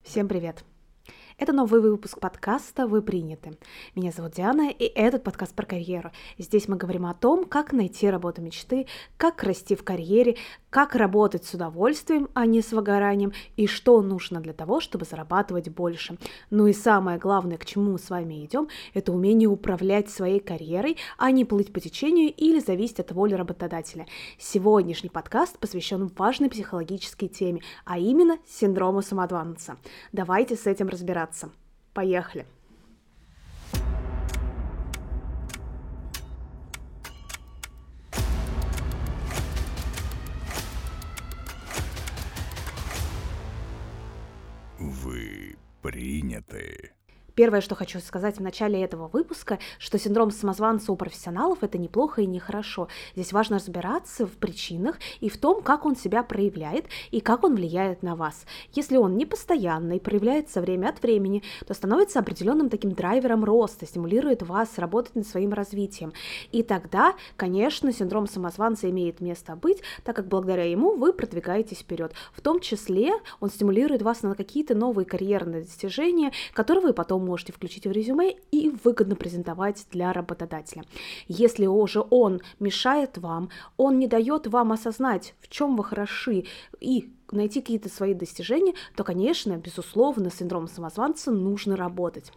Всем привет! Это новый выпуск подкаста «Вы приняты». Меня зовут Диана, и этот подкаст про карьеру. Здесь мы говорим о том, как найти работу мечты, как расти в карьере, как работать с удовольствием, а не с выгоранием, и что нужно для того, чтобы зарабатывать больше. Ну и самое главное, к чему мы с вами идем, это умение управлять своей карьерой, а не плыть по течению или зависеть от воли работодателя. Сегодняшний подкаст посвящен важной психологической теме, а именно синдрому самозванца. Давайте с этим разбираться. Поехали! Вы приняты. Первое, что хочу сказать в начале этого выпуска, что синдром самозванца у профессионалов – это неплохо и нехорошо. Здесь важно разбираться в причинах и в том, как он себя проявляет и как он влияет на вас. Если он не постоянный, проявляется время от времени, то становится определенным таким драйвером роста, стимулирует вас работать над своим развитием. И тогда, конечно, синдром самозванца имеет место быть, так как благодаря ему вы продвигаетесь вперед. В том числе он стимулирует вас на какие-то новые карьерные достижения, которые вы потом можете включить в резюме и выгодно презентовать для работодателя. Если уже он мешает вам, он не дает вам осознать, в чем вы хороши, и найти какие-то свои достижения, то, конечно, безусловно, с синдромом самозванца нужно работать.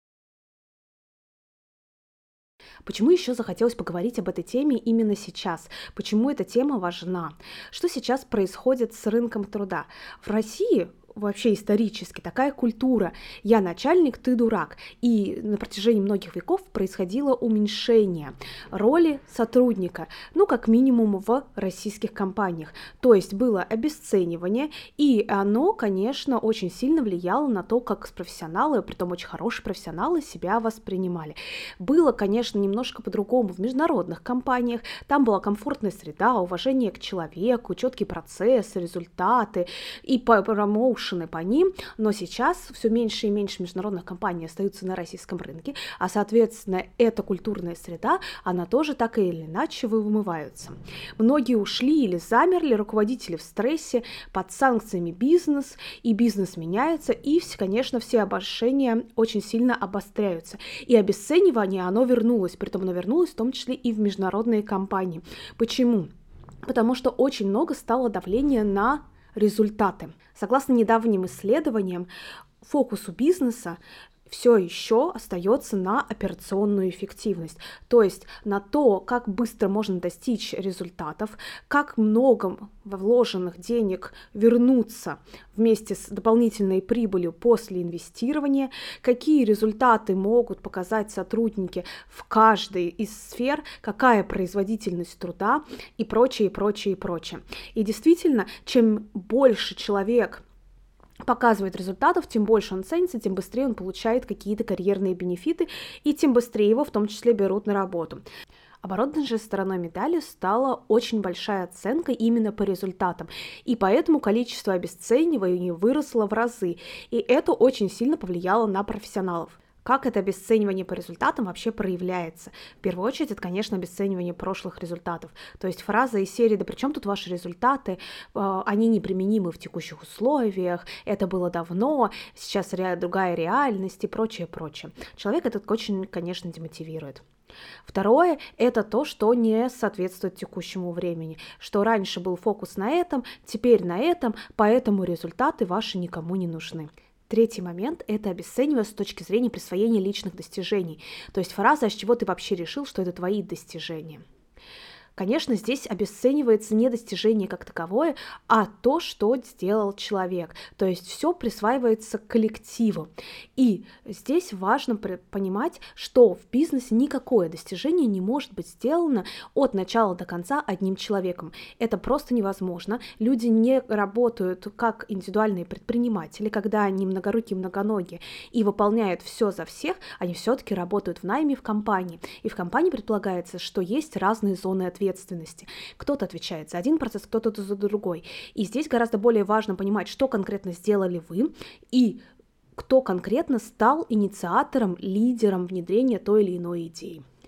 Почему еще захотелось поговорить об этой теме именно сейчас? Почему эта тема важна? Что сейчас происходит с рынком труда? В России вообще исторически такая культура «я начальник, ты дурак». И на протяжении многих веков происходило уменьшение роли сотрудника, как минимум в российских компаниях. То есть было обесценивание, и оно, конечно, очень сильно влияло на то, как профессионалы, притом очень хорошие профессионалы, себя воспринимали. Было, конечно, немножко по-другому в международных компаниях. Там была комфортная среда, уважение к человеку, четкий процесс, результаты и промоушен по ним, но сейчас все меньше и меньше международных компаний остаются на российском рынке, а, соответственно, эта культурная среда, она тоже так или иначе вымывается. Многие ушли или замерли, руководители в стрессе, под санкциями бизнес, и бизнес меняется, и, конечно, все отношения очень сильно обостряются. И обесценивание, оно вернулось, притом оно вернулось в том числе и в международные компании. Почему? Потому что очень много стало давления на результаты. Согласно недавним исследованиям, фокус у бизнеса все еще остается на операционную эффективность, то есть на то, как быстро можно достичь результатов, как много вложенных денег вернуться вместе с дополнительной прибылью после инвестирования, какие результаты могут показать сотрудники в каждой из сфер, какая производительность труда и прочее, прочее, прочее. И действительно, чем больше человек показывает результатов, тем больше он ценится, тем быстрее он получает какие-то карьерные бенефиты, и тем быстрее его в том числе берут на работу. Оборотной же стороной медали стала очень большая оценка именно по результатам, и поэтому количество обесцениваний выросло в разы, и это очень сильно повлияло на профессионалов. Как это обесценивание по результатам вообще проявляется? В первую очередь, это, конечно, обесценивание прошлых результатов. То есть фраза из серии «Да при чем тут ваши результаты? Они неприменимы в текущих условиях, это было давно, сейчас другая реальность» и прочее, прочее. Человек этот очень, конечно, демотивирует. Второе – это то, что не соответствует текущему времени, что раньше был фокус на этом, теперь на этом, поэтому результаты ваши никому не нужны. Третий момент – это обесценивание с точки зрения присвоения личных достижений, то есть фраза «А с чего ты вообще решил, что это твои достижения?». Конечно, здесь обесценивается не достижение как таковое, а то, что сделал человек. То есть все присваивается коллективу. И здесь важно понимать, что в бизнесе никакое достижение не может быть сделано от начала до конца одним человеком. Это просто невозможно. Люди не работают как индивидуальные предприниматели, когда они многорукие, многоногие и выполняют все за всех, они все-таки работают в найме в компании. И в компании предполагается, что есть разные зоны ответственности. Кто-то отвечает за один процесс, кто-то за другой. И здесь гораздо более важно понимать, что конкретно сделали вы и кто конкретно стал инициатором, лидером внедрения той или иной идеи.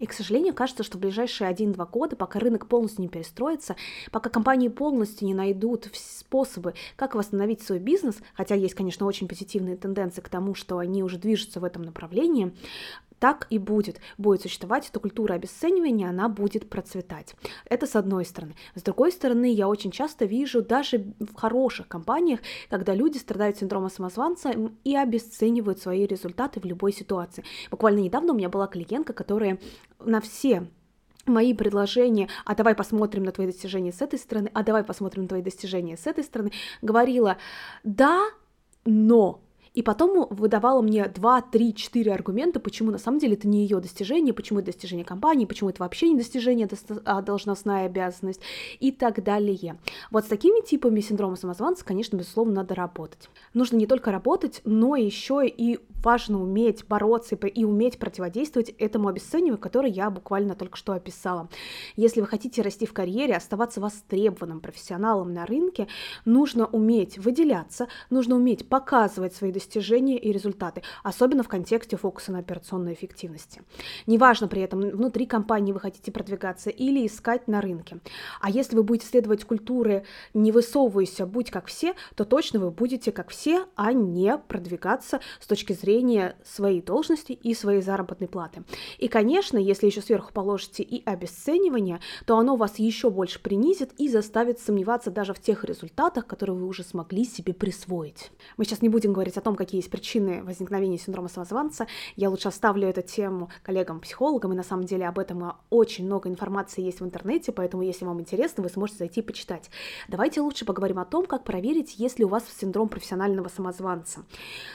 И, к сожалению, кажется, что в ближайшие 1-2 года, пока рынок полностью не перестроится, пока компании полностью не найдут способы, как восстановить свой бизнес, хотя есть, конечно, очень позитивные тенденции к тому, что они уже движутся в этом направлении, так и будет существовать эта культура обесценивания, она будет процветать. Это с одной стороны. С другой стороны, я очень часто вижу даже в хороших компаниях, когда люди страдают синдромом самозванца и обесценивают свои результаты в любой ситуации. Буквально недавно у меня была клиентка, которая на все мои предложения, а давай посмотрим на твои достижения с этой стороны, а давай посмотрим на твои достижения с этой стороны, говорила «да, но». И потом выдавала мне 2, 3, 4 аргумента, почему на самом деле это не ее достижение, почему это достижение компании, почему это вообще не достижение, а должностная обязанность и так далее. Вот с такими типами синдрома самозванца, конечно, безусловно, надо работать. Нужно не только работать, но еще и важно уметь бороться и уметь противодействовать этому обесцениванию, которое я буквально только что описала. Если вы хотите расти в карьере, оставаться востребованным профессионалом на рынке, нужно уметь выделяться, нужно уметь показывать свои достижения и результаты, особенно в контексте фокуса на операционной эффективности. Неважно при этом, внутри компании вы хотите продвигаться или искать на рынке. А если вы будете следовать культуре «не высовывайся, будь как все», то точно вы будете как все, а не продвигаться с точки зрения своей должности и своей заработной платы. И, конечно, если еще сверху положите и обесценивание, то оно вас еще больше принизит и заставит сомневаться даже в тех результатах, которые вы уже смогли себе присвоить. Мы сейчас не будем говорить о том, какие есть причины возникновения синдрома самозванца. Я лучше оставлю эту тему коллегам-психологам, и на самом деле об этом очень много информации есть в интернете, поэтому, если вам интересно, вы сможете зайти и почитать. Давайте лучше поговорим о том, как проверить, есть ли у вас синдром профессионального самозванца.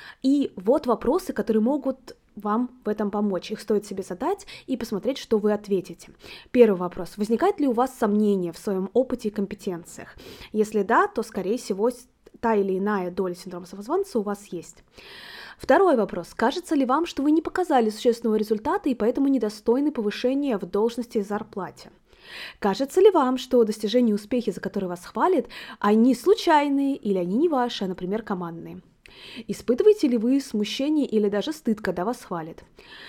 И вот вопросы, которые могут вам в этом помочь. Их стоит себе задать и посмотреть, что вы ответите. Первый вопрос. Возникает ли у вас сомнение в своем опыте и компетенциях? Если да, то, скорее всего, та или иная доля синдрома самозванца у вас есть. Второй вопрос. Кажется ли вам, что вы не показали существенного результата и поэтому недостойны повышения в должности и зарплате? Кажется ли вам, что достижения и успехи, за которые вас хвалят, они случайные или они не ваши, а, например, командные? Испытываете ли вы смущение или даже стыд, когда вас хвалят?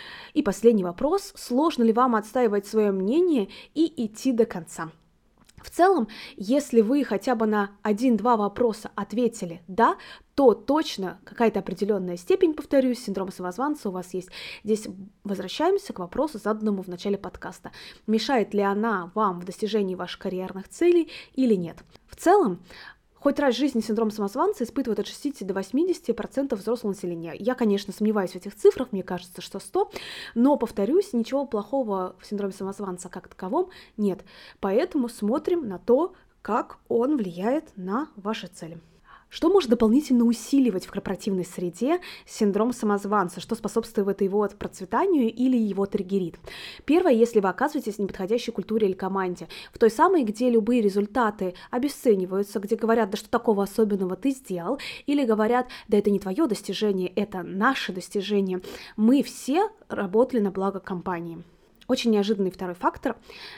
И последний вопрос. Сложно ли вам отстаивать свое мнение и идти до конца? В целом, если вы хотя бы на 1-2 вопроса ответили «да», то точно какая-то определенная степень, повторюсь, синдрома самозванца у вас есть. Здесь возвращаемся к вопросу, заданному в начале подкаста. Мешает ли она вам в достижении ваших карьерных целей или нет? В целом, хоть раз в жизни синдром самозванца испытывают от 60 до 80% взрослого населения. Я, конечно, сомневаюсь в этих цифрах, мне кажется, что 100, но, повторюсь, ничего плохого в синдроме самозванца как таковом нет. Поэтому смотрим на то, как он влияет на ваши цели. Что может дополнительно усиливать в корпоративной среде синдром самозванца? Что способствует его процветанию или его триггерит? Первое, если вы оказываетесь в неподходящей культуре или команде, в той самой, где любые результаты обесцениваются, где говорят, да что такого особенного ты сделал, или говорят, да это не твое достижение, это наше достижение. Мы все работали на благо компании. Очень неожиданный второй фактор.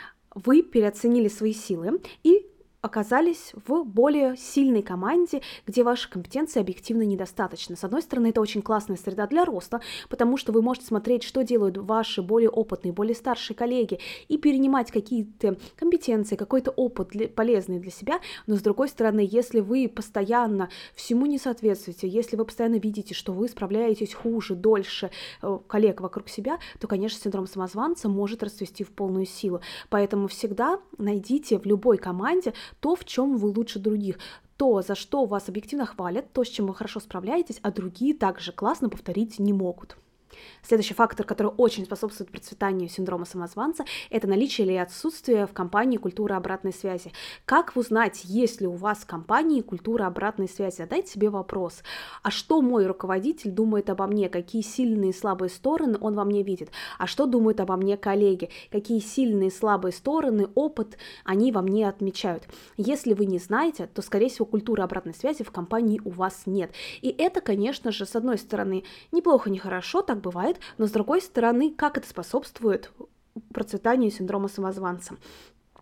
Вы переоценили свои силы и оказались в более сильной команде, где ваши компетенции объективно недостаточно. С одной стороны, это очень классная среда для роста, потому что вы можете смотреть, что делают ваши более опытные, более старшие коллеги, и перенимать какие-то компетенции, какой-то опыт полезный для себя. Но с другой стороны, если вы постоянно всему не соответствуете, если вы постоянно видите, что вы справляетесь хуже, дольше коллег вокруг себя, то, конечно, синдром самозванца может расцвести в полную силу. Поэтому всегда найдите в любой команде то, в чем вы лучше других, то, за что вас объективно хвалят, то, с чем вы хорошо справляетесь, а другие также классно повторить не могут. Следующий фактор, который очень способствует процветанию синдрома самозванца, это наличие или отсутствие в компании культуры обратной связи. Как узнать, есть ли у вас в компании культура обратной связи? Задайте себе вопрос, а что мой руководитель думает обо мне, какие сильные и слабые стороны он во мне видит, а что думают обо мне коллеги, какие сильные и слабые стороны, опыт они во мне отмечают. Если вы не знаете, то, скорее всего, культуры обратной связи в компании у вас нет. И это, конечно же, с одной стороны, неплохо, не хорошо, так бывает, но с другой стороны, как это способствует процветанию синдрома самозванца?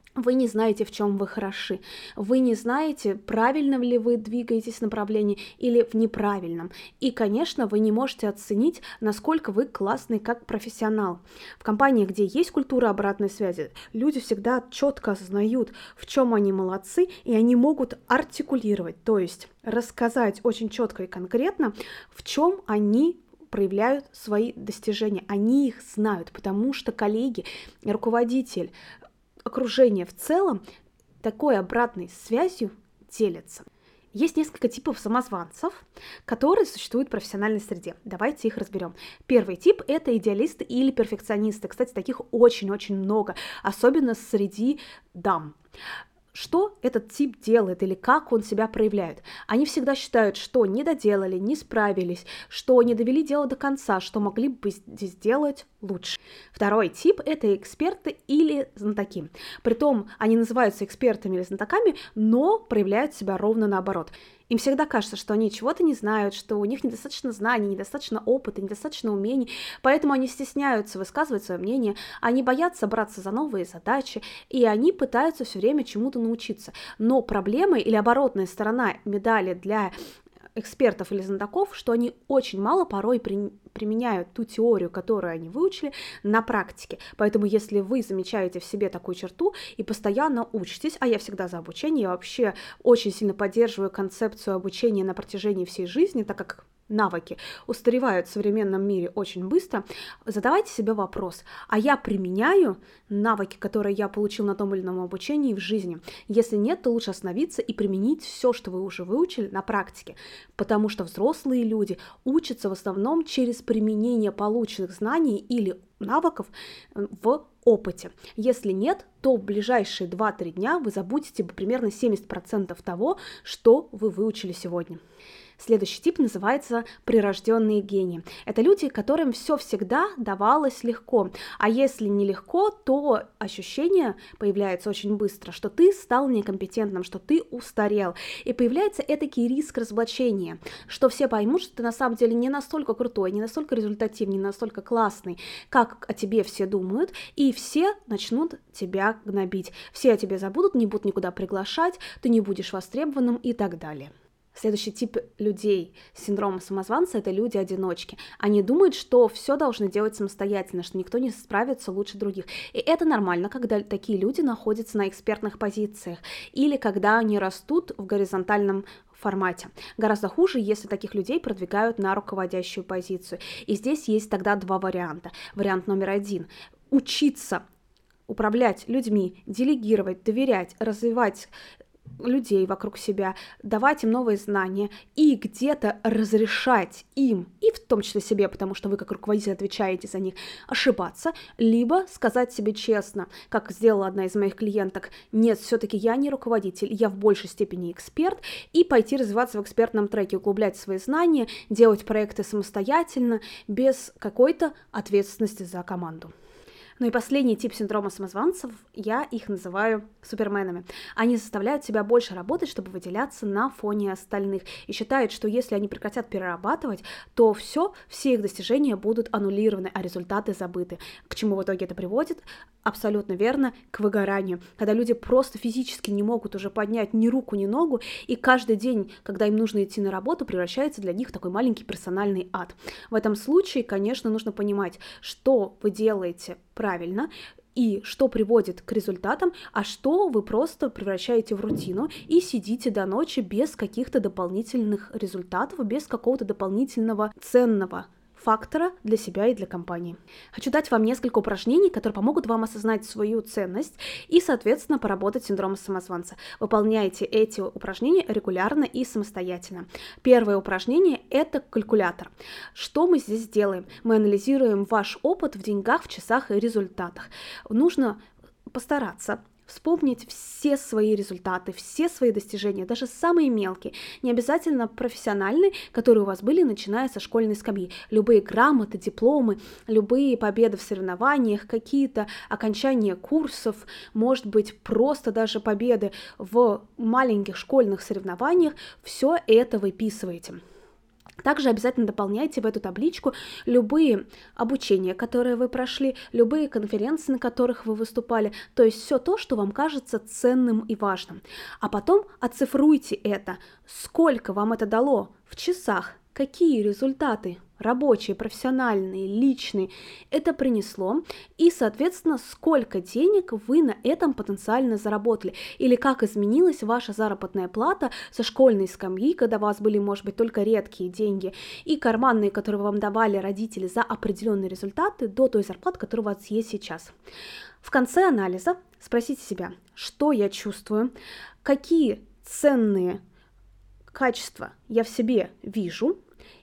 Вы не знаете, в чем вы хороши. Вы не знаете, правильно ли вы двигаетесь в направлении или в неправильном. И, конечно, вы не можете оценить, насколько вы классный как профессионал. В компании, где есть культура обратной связи, люди всегда четко осознают, в чем они молодцы, и они могут артикулировать, то есть рассказать очень четко и конкретно, в чем они проявляют свои достижения. Они их знают, потому что коллеги, руководитель, окружение в целом такой обратной связью делятся. Есть несколько типов самозванцев, которые существуют в профессиональной среде. Давайте их разберем. Первый тип – это идеалисты или перфекционисты. Кстати, таких очень-очень много, особенно среди дам. Что этот тип делает или как он себя проявляет? Они всегда считают, что не доделали, не справились, что не довели дело до конца, что могли бы сделать лучше. Второй тип – это эксперты или знатоки. Притом они называются экспертами или знатоками, но проявляют себя ровно наоборот. Им всегда кажется, что они чего-то не знают, что у них недостаточно знаний, недостаточно опыта, недостаточно умений, поэтому они стесняются высказывать свое мнение, они боятся браться за новые задачи, и они пытаются все время чему-то научиться. Но проблема или оборотная сторона медали для экспертов или знатоков, что они очень мало порой применяют ту теорию, которую они выучили, на практике. Поэтому если вы замечаете в себе такую черту и постоянно учитесь, а я всегда за обучение, я вообще очень сильно поддерживаю концепцию обучения на протяжении всей жизни, так как навыки устаревают в современном мире очень быстро, задавайте себе вопрос, а я применяю навыки, которые я получил на том или ином обучении в жизни? Если нет, то лучше остановиться и применить все, что вы уже выучили на практике, потому что взрослые люди учатся в основном через применение полученных знаний или навыков в опыте. Если нет, то в ближайшие 2-3 дня вы забудете примерно 70% того, что вы выучили сегодня. Следующий тип называется прирожденные гении. Это люди, которым все всегда давалось легко. А если не легко, то ощущение появляется очень быстро, что ты стал некомпетентным, что ты устарел. И появляется этакий риск разоблачения, что все поймут, что ты на самом деле не настолько крутой, не настолько результативный, не настолько классный, как о тебе все думают, и все начнут тебя гнобить. Все о тебе забудут, не будут никуда приглашать, ты не будешь востребованным и так далее. Следующий тип людей с синдромом самозванца – это люди-одиночки. Они думают, что все должны делать самостоятельно, что никто не справится лучше других. И это нормально, когда такие люди находятся на экспертных позициях или когда они растут в горизонтальном формате. Гораздо хуже, если таких людей продвигают на руководящую позицию. И здесь есть тогда два варианта. Вариант номер 1 – учиться управлять людьми, делегировать, доверять, развивать людей вокруг себя, давать им новые знания и где-то разрешать им, и в том числе себе, потому что вы как руководитель отвечаете за них, ошибаться, либо сказать себе честно, как сделала одна из моих клиенток: нет, все-таки я не руководитель, я в большей степени эксперт, и пойти развиваться в экспертном треке, углублять свои знания, делать проекты самостоятельно, без какой-то ответственности за команду. Ну и последний тип синдрома самозванцев, я их называю суперменами. Они заставляют себя больше работать, чтобы выделяться на фоне остальных, и считают, что если они прекратят перерабатывать, то все их достижения будут аннулированы, а результаты забыты. К чему в итоге это приводит? Абсолютно верно, к выгоранию, когда люди просто физически не могут уже поднять ни руку, ни ногу, и каждый день, когда им нужно идти на работу, превращается для них в такой маленький персональный ад. В этом случае, конечно, нужно понимать, что вы делаете правильно и что приводит к результатам, а что вы просто превращаете в рутину и сидите до ночи без каких-то дополнительных результатов, без какого-то дополнительного ценного фактора для себя и для компании. Хочу дать вам несколько упражнений, которые помогут вам осознать свою ценность и, соответственно, поработать с синдромом самозванца. Выполняйте эти упражнения регулярно и самостоятельно. Первое упражнение – это калькулятор. Что мы здесь делаем? Мы анализируем ваш опыт в деньгах, в часах и результатах. Нужно постараться вспомнить все свои результаты, все свои достижения, даже самые мелкие, не обязательно профессиональные, которые у вас были, начиная со школьной скамьи. Любые грамоты, дипломы, любые победы в соревнованиях, какие-то окончания курсов, может быть, просто даже победы в маленьких школьных соревнованиях, все это выписываете. Также обязательно дополняйте в эту табличку любые обучения, которые вы прошли, любые конференции, на которых вы выступали, то есть все то, что вам кажется ценным и важным. А потом оцифруйте это, сколько вам это дало в часах, какие результаты рабочие, профессиональные, личные это принесло, и, соответственно, сколько денег вы на этом потенциально заработали, или как изменилась ваша заработная плата со школьной скамьи, когда у вас были, может быть, только редкие деньги, и карманные, которые вам давали родители за определенные результаты, до той зарплаты, которая у вас есть сейчас. В конце анализа спросите себя, что я чувствую, какие ценные качества я в себе вижу,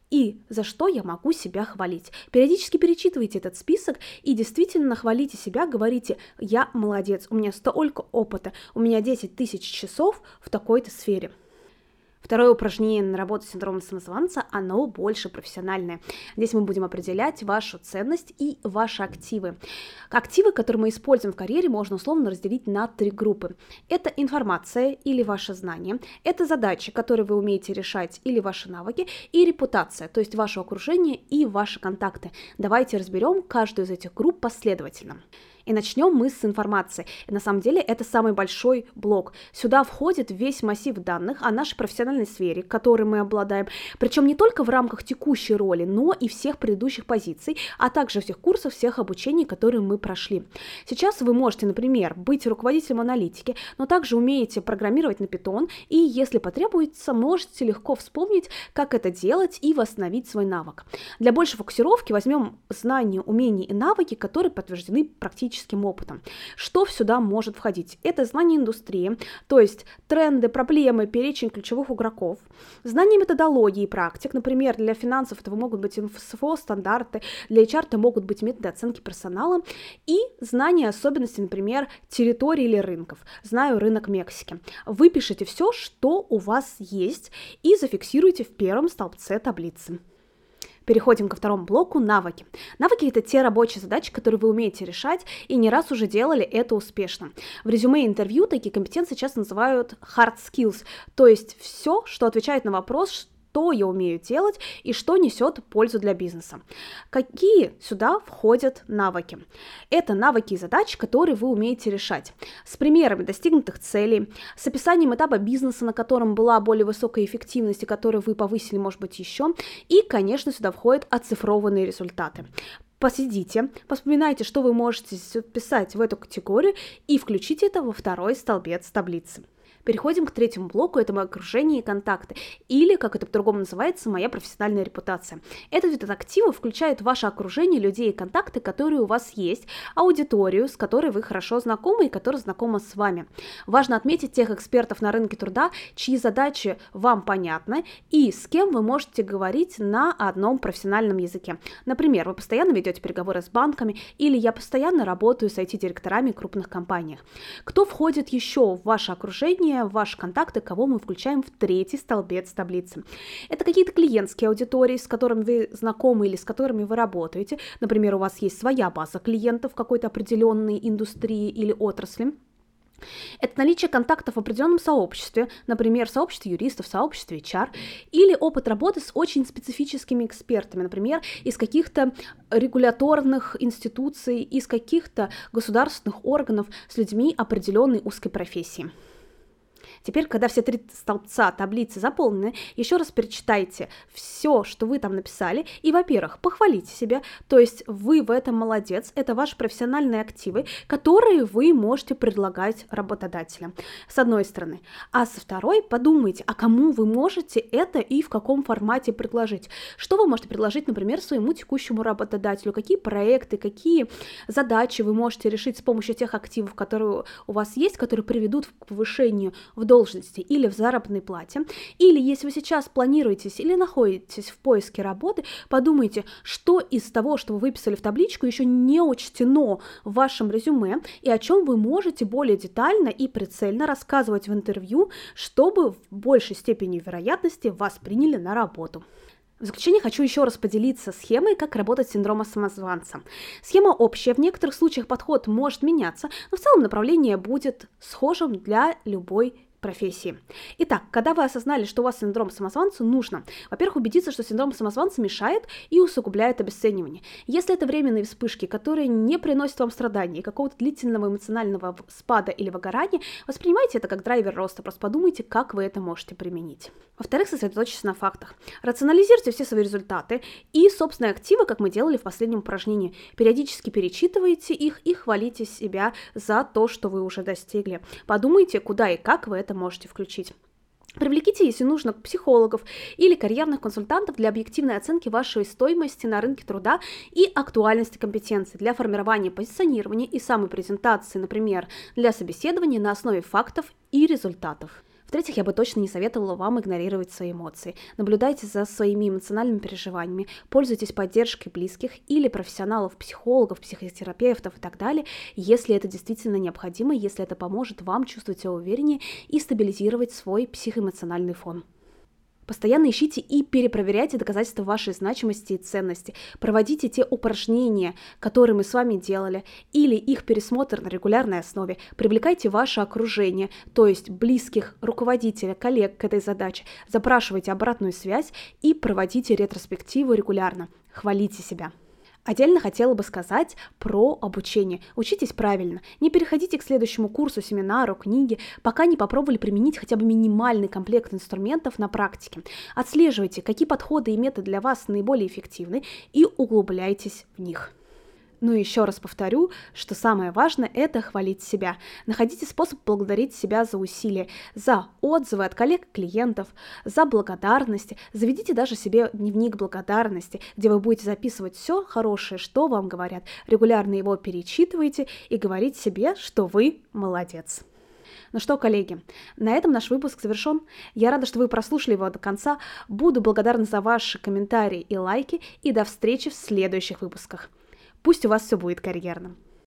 и за что я могу себя хвалить. Периодически перечитывайте этот список и действительно хвалите себя, говорите: я молодец, у меня столько опыта, у меня 10 тысяч часов в такой-то сфере. Второе упражнение на работу с синдромом самозванца, оно больше профессиональное. Здесь мы будем определять вашу ценность и ваши активы. Активы, которые мы используем в карьере, можно условно разделить на 3 группы. Это информация или ваши знания, это задачи, которые вы умеете решать, или ваши навыки, и репутация, то есть ваше окружение и ваши контакты. Давайте разберем каждую из этих групп последовательно. И начнем мы с информации. И на самом деле это самый большой блок. Сюда входит весь массив данных о нашей профессиональной сфере, которой мы обладаем, причем не только в рамках текущей роли, но и всех предыдущих позиций, а также всех курсов, всех обучений, которые мы прошли. Сейчас вы можете, например, быть руководителем аналитики, но также умеете программировать на Python, и если потребуется, можете легко вспомнить, как это делать и восстановить свой навык. Для большей фокусировки возьмем знания, умения и навыки, которые подтверждены практически опытом. Что сюда может входить? Это знание индустрии, то есть тренды, проблемы, перечень ключевых игроков, знание методологии и практик, например, для финансов это могут быть СФО, стандарты, для HR это могут быть методы оценки персонала, и знание особенностей, например, территорий или рынков. Знаю рынок Мексики. Выпишите все, что у вас есть, и зафиксируйте в первом столбце таблицы. Переходим ко второму блоку – навыки. Навыки – это те рабочие задачи, которые вы умеете решать, и не раз уже делали это успешно. В резюме и интервью такие компетенции часто называют hard skills, то есть все, что отвечает на вопрос, что я умею делать и что несет пользу для бизнеса. Какие сюда входят навыки? Это навыки и задачи, которые вы умеете решать. С примерами достигнутых целей, с описанием этапа бизнеса, на котором была более высокая эффективность и которую вы повысили, может быть, еще. И, конечно, сюда входят оцифрованные результаты. Посидите, вспоминайте, что вы можете вписать в эту категорию и включите это во второй столбец таблицы. Переходим к третьему блоку, это мое окружение и контакты, или, как это по-другому называется, моя профессиональная репутация. Этот вид активов включает ваше окружение людей и контакты, которые у вас есть, аудиторию, с которой вы хорошо знакомы и которая знакома с вами. Важно отметить тех экспертов на рынке труда, чьи задачи вам понятны и с кем вы можете говорить на одном профессиональном языке. Например, вы постоянно ведете переговоры с банками, или я постоянно работаю с IT-директорами в крупных компаниях. Кто входит еще в ваше окружение, в ваши контакты, кого мы включаем в третий столбец таблицы? Это какие-то клиентские аудитории, с которыми вы знакомы или с которыми вы работаете. Например, у вас есть своя база клиентов в какой-то определенной индустрии или отрасли. Это наличие контактов в определенном сообществе, например, сообществе юристов, сообществе HR, или опыт работы с очень специфическими экспертами, например, из каких-то регуляторных институций, из каких-то государственных органов с людьми определенной узкой профессии. Теперь, когда все 3 столбца таблицы заполнены, еще раз перечитайте все, что вы там написали, и, во-первых, похвалите себя, то есть вы в этом молодец, это ваши профессиональные активы, которые вы можете предлагать работодателям, с одной стороны. А со второй, подумайте, а кому вы можете это и в каком формате предложить. Что вы можете предложить, например, своему текущему работодателю, какие проекты, какие задачи вы можете решить с помощью тех активов, которые у вас есть, которые приведут к повышению в должности или в заработной плате, или если вы сейчас планируетесь или находитесь в поиске работы, подумайте, что из того, что вы выписали в табличку, еще не учтено в вашем резюме и о чем вы можете более детально и прицельно рассказывать в интервью, чтобы в большей степени вероятности вас приняли на работу. В заключение хочу еще раз поделиться схемой, как работать с синдромом самозванца. Схема общая, в некоторых случаях подход может меняться, но в целом направление будет схожим для любой профессии. Итак, когда вы осознали, что у вас синдром самозванца, нужно, во-первых, убедиться, что синдром самозванца мешает и усугубляет обесценивание. Если это временные вспышки, которые не приносят вам страданий, какого-то длительного эмоционального спада или выгорания, воспринимайте это как драйвер роста, просто подумайте, как вы это можете применить. Во-вторых, сосредоточьтесь на фактах. Рационализируйте все свои результаты и собственные активы, как мы делали в последнем упражнении. Периодически перечитывайте их и хвалите себя за то, что вы уже достигли. Подумайте, куда и как вы это можете включить. Привлеките, если нужно, психологов или карьерных консультантов для объективной оценки вашей стоимости на рынке труда и актуальности компетенций для формирования позиционирования и самопрезентации, например, для собеседования на основе фактов и результатов. В-третьих, я бы точно не советовала вам игнорировать свои эмоции. Наблюдайте за своими эмоциональными переживаниями, пользуйтесь поддержкой близких или профессионалов, психологов, психотерапевтов и так далее, если это действительно необходимо, если это поможет вам чувствовать себя увереннее и стабилизировать свой психоэмоциональный фон. Постоянно ищите и перепроверяйте доказательства вашей значимости и ценности. Проводите те упражнения, которые мы с вами делали, или их пересмотр на регулярной основе. Привлекайте ваше окружение, то есть близких, руководителя, коллег к этой задаче. Запрашивайте обратную связь и проводите ретроспективу регулярно. Хвалите себя. Отдельно хотела бы сказать про обучение. Учитесь правильно. Не переходите к следующему курсу, семинару, книге, пока не попробовали применить хотя бы минимальный комплект инструментов на практике. Отслеживайте, какие подходы и методы для вас наиболее эффективны, и углубляйтесь в них. Ну и еще раз повторю, что самое важное – это хвалить себя. Находите способ благодарить себя за усилия, за отзывы от коллег и клиентов, за благодарности. Заведите даже себе дневник благодарности, где вы будете записывать все хорошее, что вам говорят. Регулярно его перечитывайте и говорите себе, что вы молодец. Ну что, коллеги, на этом наш выпуск завершен. Я рада, что вы прослушали его до конца. Буду благодарна за ваши комментарии и лайки. И до встречи в следующих выпусках. Пусть у вас все будет карьерно.